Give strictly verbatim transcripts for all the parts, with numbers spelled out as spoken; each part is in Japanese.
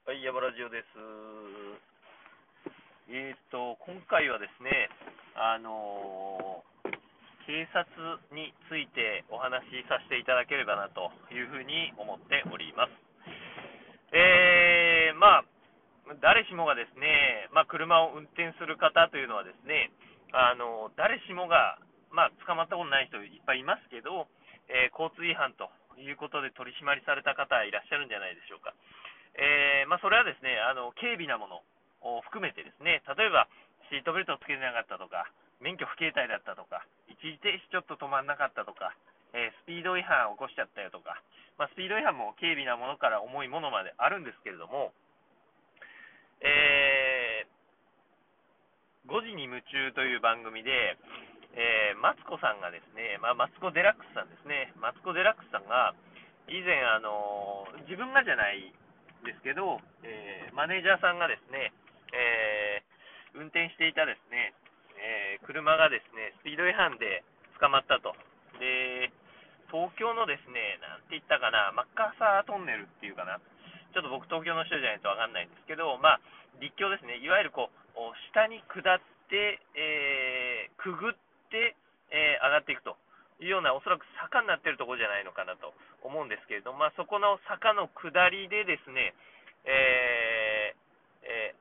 はい、山ラジオです。えっと、今回はですね、あのー警察についてお話しさせていただければなというふうに思っております。えー、まあ、誰しもがですね、まあ、車を運転する方というのはですね、あの誰しもが、まあ、捕まったことない人いっぱいいますけど、えー交通違反ということで取り締まりされた方いらっしゃるんじゃないでしょうか。えーまあ、それはですね、あの軽微なものを含めてですね、例えばシートベルトをつけてなかったとか、免許不携帯だったとか、一時停止ちょっと止まんなかったとか、えースピード違反を起こしちゃったよとか、まあ、スピード違反も軽微なものから重いものまであるんですけれども、えーごじに夢中という番組で、えーマツコさんがですね、まあ、マツコ・デラックスさんですね、マツコ・デラックスさんが以前、あの自分がじゃないですけど、えーマネージャーさんがですね、えー運転していたですね、えー車がですね、スピード違反で捕まったと。で、東京のですね、なんて言ったかな、マッカーサートンネルっていうかな、ちょっと僕、東京の人じゃないと分かんないんですけど、まあ、陸橋ですね、いわゆるこう下に下って、えーくぐって、えー上がっていくというような、おそらく坂になっているところじゃないのかなと思うんですけれども、まあ、そこの坂の下りでですね、えーえ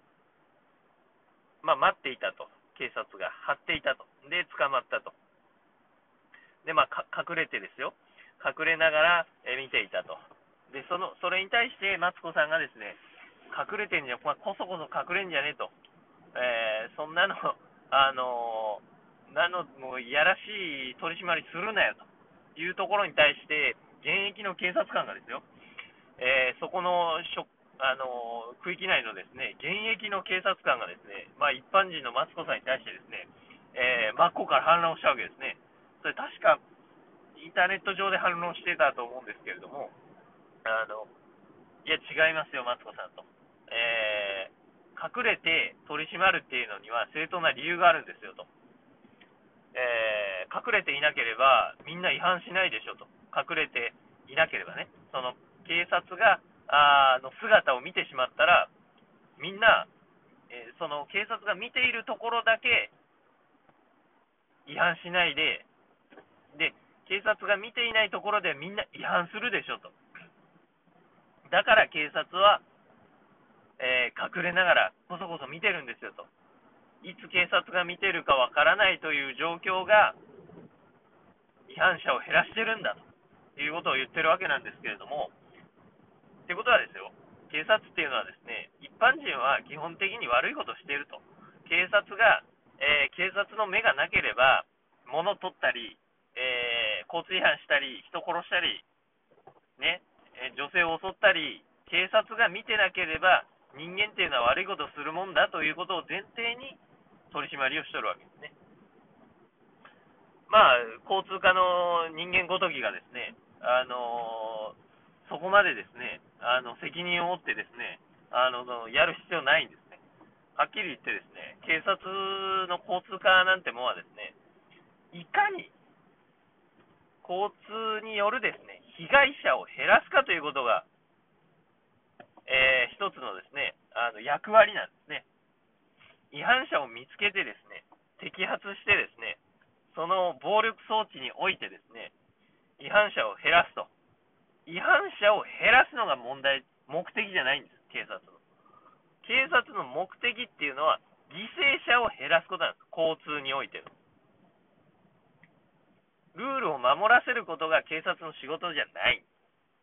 ーまあ、待っていたと、警察が張っていたと、で捕まったと、で、まあ、か隠れてですよ、隠れながら、えー見ていたと。で、その、それに対して、マツコさんがですね、隠れてんじゃ、まあ、こそこそ隠れんじゃねえと。えーそんなの、あのーなの、もう、いやらしい取り締まりするなよというところに対して、現役の警察官がですよ、えーそこのしょ、あのー区域内のですね、現役の警察官がですね、まあ、一般人のマツコさんに対してですね、えー真っ向から反論したわけですね。それ確かインターネット上で反論してたと思うんですけれども、あの、いや、違いますよ、マツコさんと。えー隠れて取り締まるっていうのには正当な理由があるんですよと。えー隠れていなければみんな違反しないでしょと。隠れていなければね、その警察があーの姿を見てしまったら、みんな、えーその警察が見ているところだけ違反しないで、で、警察が見ていないところでみんな違反するでしょと。だから警察は、えー隠れながらこそこそ見てるんですよと。いつ警察が見てるかわからないという状況が違反者を減らしてるんだということを言ってるわけなんですけれども、ってことはですよ、警察っていうのはですね、一般人は基本的に悪いことをしていると。警察が、えー警察の目がなければ、物を取ったり、えー交通違反したり、人殺したり、ね、えー女性を襲ったり、警察が見てなければ、人間っていうのは悪いことをするもんだということを前提に取り締まりをしとるわけですね。まあ、交通課の人間ごときがですね、あのーそこまでですね、あの責任を負ってですね、あのやる必要ないんですね。はっきり言ってですね、警察の交通課なんてものはですね、いかに交通によるですね、被害者を減らすかということが、えー一つのですね、あの役割なんですね。違反者を見つけてですね、摘発してですね、その暴力装置においてですね、違反者を減らすと。違反者を減らすのが問題、目的じゃないんです、警察の。警察の目的っていうのは、犠牲者を減らすことなんです、交通においての。ルールを守らせることが警察の仕事じゃない。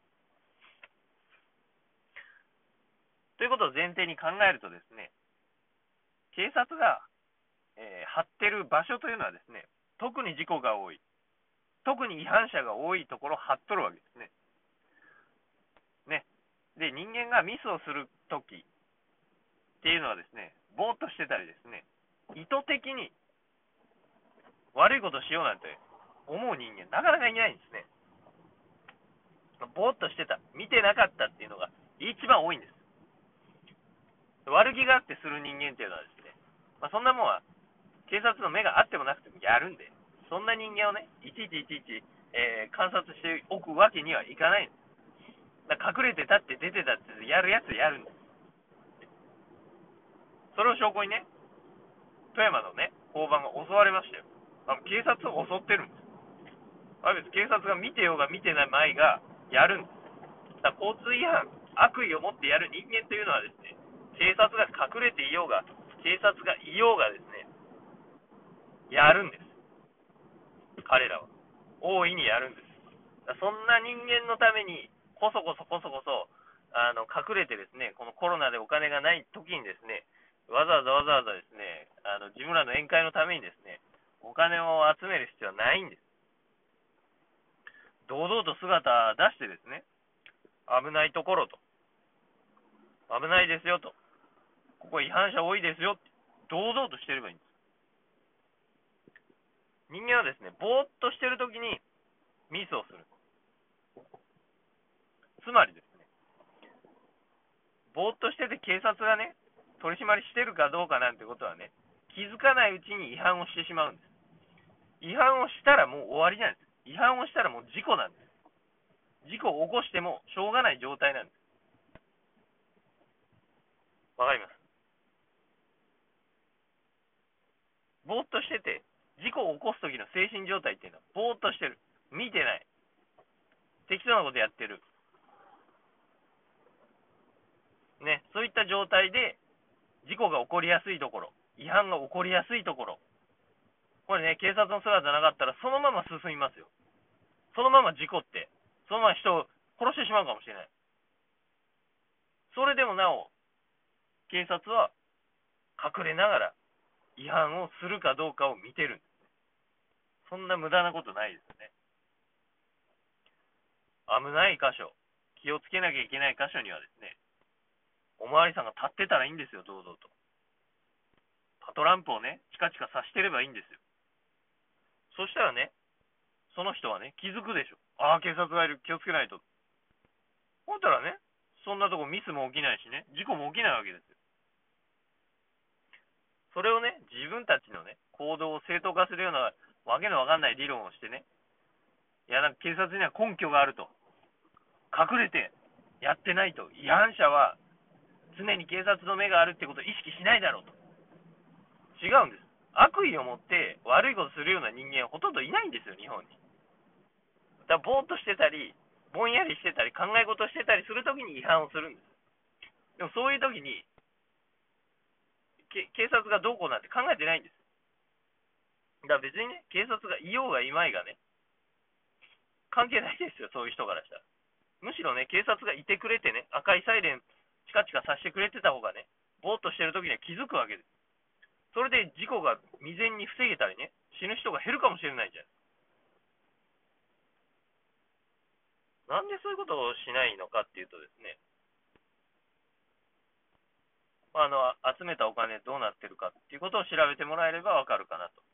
ということを前提に考えるとですね、警察が、えー張ってる場所というのはですね、特に事故が多い、特に違反者が多いところを張っとるわけですね。ね。で、人間がミスをするときっていうのはですね、ぼーっとしてたりですね、意図的に悪いことをしようなんて思う人間、なかなかいないんですね。ぼーっとしてた、見てなかったっていうのが一番多いんです。悪気があってする人間っていうのはですね、まあ、そんなもんは警察の目があってもなくてもやるんで、そんな人間をね、いちいちいちいち、えー観察しておくわけにはいかないんです。だから隠れてたって出てたってやるやつやるんです。 それを証拠にね、富山のね、交番が襲われましたよ。あの警察を襲ってるんです。あれ別に警察が見てようが見てない前がやるんです。だから交通違反、悪意を持ってやる人間というのはですね、警察が隠れていようが、警察がいようがですね、やるんです。彼らは。大いにやるんです。だからそんな人間のために、こそこそこそこそ、あの隠れてですね、このコロナでお金がない時にですね、わざわざわざわざですね、あの自分らの宴会のためにですね、お金を集める必要はないんです。堂々と姿出してですね、危ないところと、危ないですよと、ここ違反者多いですよって、堂々としてればいいんです。人間はですね、ぼーっとしてるときにミスをする。つまりですね、ぼーっとしてて警察がね、取り締まりしてるかどうかなんてことはね、気づかないうちに違反をしてしまうんです。違反をしたらもう終わりなんです。違反をしたらもう事故なんです。事故を起こしてもしょうがない状態なんです。わかります。ぼーっとしてて、事故を起こす時の精神状態っていうのは、ぼーっとしてる。見てない。適当なことやってる。ね、そういった状態で、事故が起こりやすいところ、違反が起こりやすいところ、これね、警察の姿なかったら、そのまま進みますよ。そのまま事故って、そのまま人を殺してしまうかもしれない。それでもなお、警察は隠れながら違反をするかどうかを見てるんです。そんな無駄なことないですよね。危ない箇所、気をつけなきゃいけない箇所にはですね、おまわりさんが立ってたらいいんですよ、堂々と。パトランプをね、チカチカさしてればいいんですよ。そしたらね、その人はね、気づくでしょ。ああ、警察がいる、気をつけないと。ほんたらね、そんなとこミスも起きないしね、事故も起きないわけですよ。それをね、自分たちのね、行動を正当化するようなわけのわかんない理論をしてね、いや、なんか警察には根拠があると。隠れてやってないと。違反者は常に警察の目があるってことを意識しないだろうと。違うんです。悪意を持って悪いことするような人間はほとんどいないんですよ、日本に。だからぼーっとしてたり、ぼんやりしてたり、考え事してたりするときに違反をするんです。でもそういうときに、警察がどうこうなんて考えてないんです。だから別にね、警察がいようがいまいがね、関係ないですよ、そういう人からしたら。むしろね、警察がいてくれてね、赤いサイレン、チカチカさせてくれてた方がね、ぼーっとしてるときには気づくわけです。それで事故が未然に防げたりね、死ぬ人が減るかもしれないじゃん。なんでそういうことをしないのかっていうとですね、あの、集めたお金どうなってるかっていうことを調べてもらえればわかるかなと。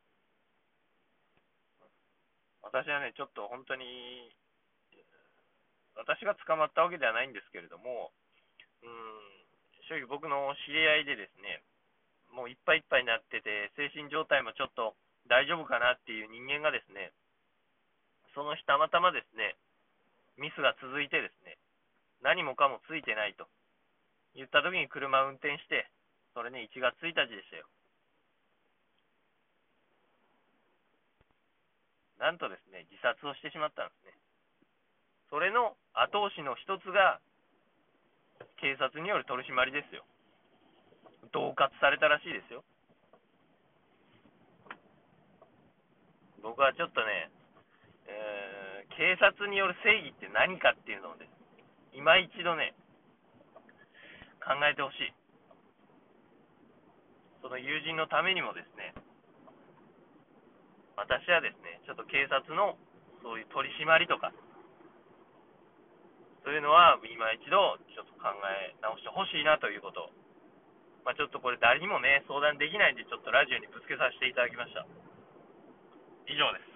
私はね、ちょっと本当に、私が捕まったわけではないんですけれども、うーん、正直僕の知り合いでですね、もういっぱいいっぱいになってて、精神状態もちょっと大丈夫かなっていう人間がですね、その日たまたまですね、ミスが続いてですね、何もかもついてないと言った時に車を運転して、それね、いちがつついたちでしたよ。なんとですね、自殺をしてしまったんですね。それの後押しの一つが、警察による取り締まりですよ。恫喝されたらしいですよ。僕はちょっとね、えー、警察による正義って何かっていうのをね、今一度ね、考えてほしい。その友人のためにもですね、私はですね、ちょっと警察のそういう取り締まりとか、そういうのは今一度ちょっと考え直してほしいなということを、まあ、ちょっとこれ誰にもね、相談できないんで、ちょっとラジオにぶつけさせていただきました。以上です。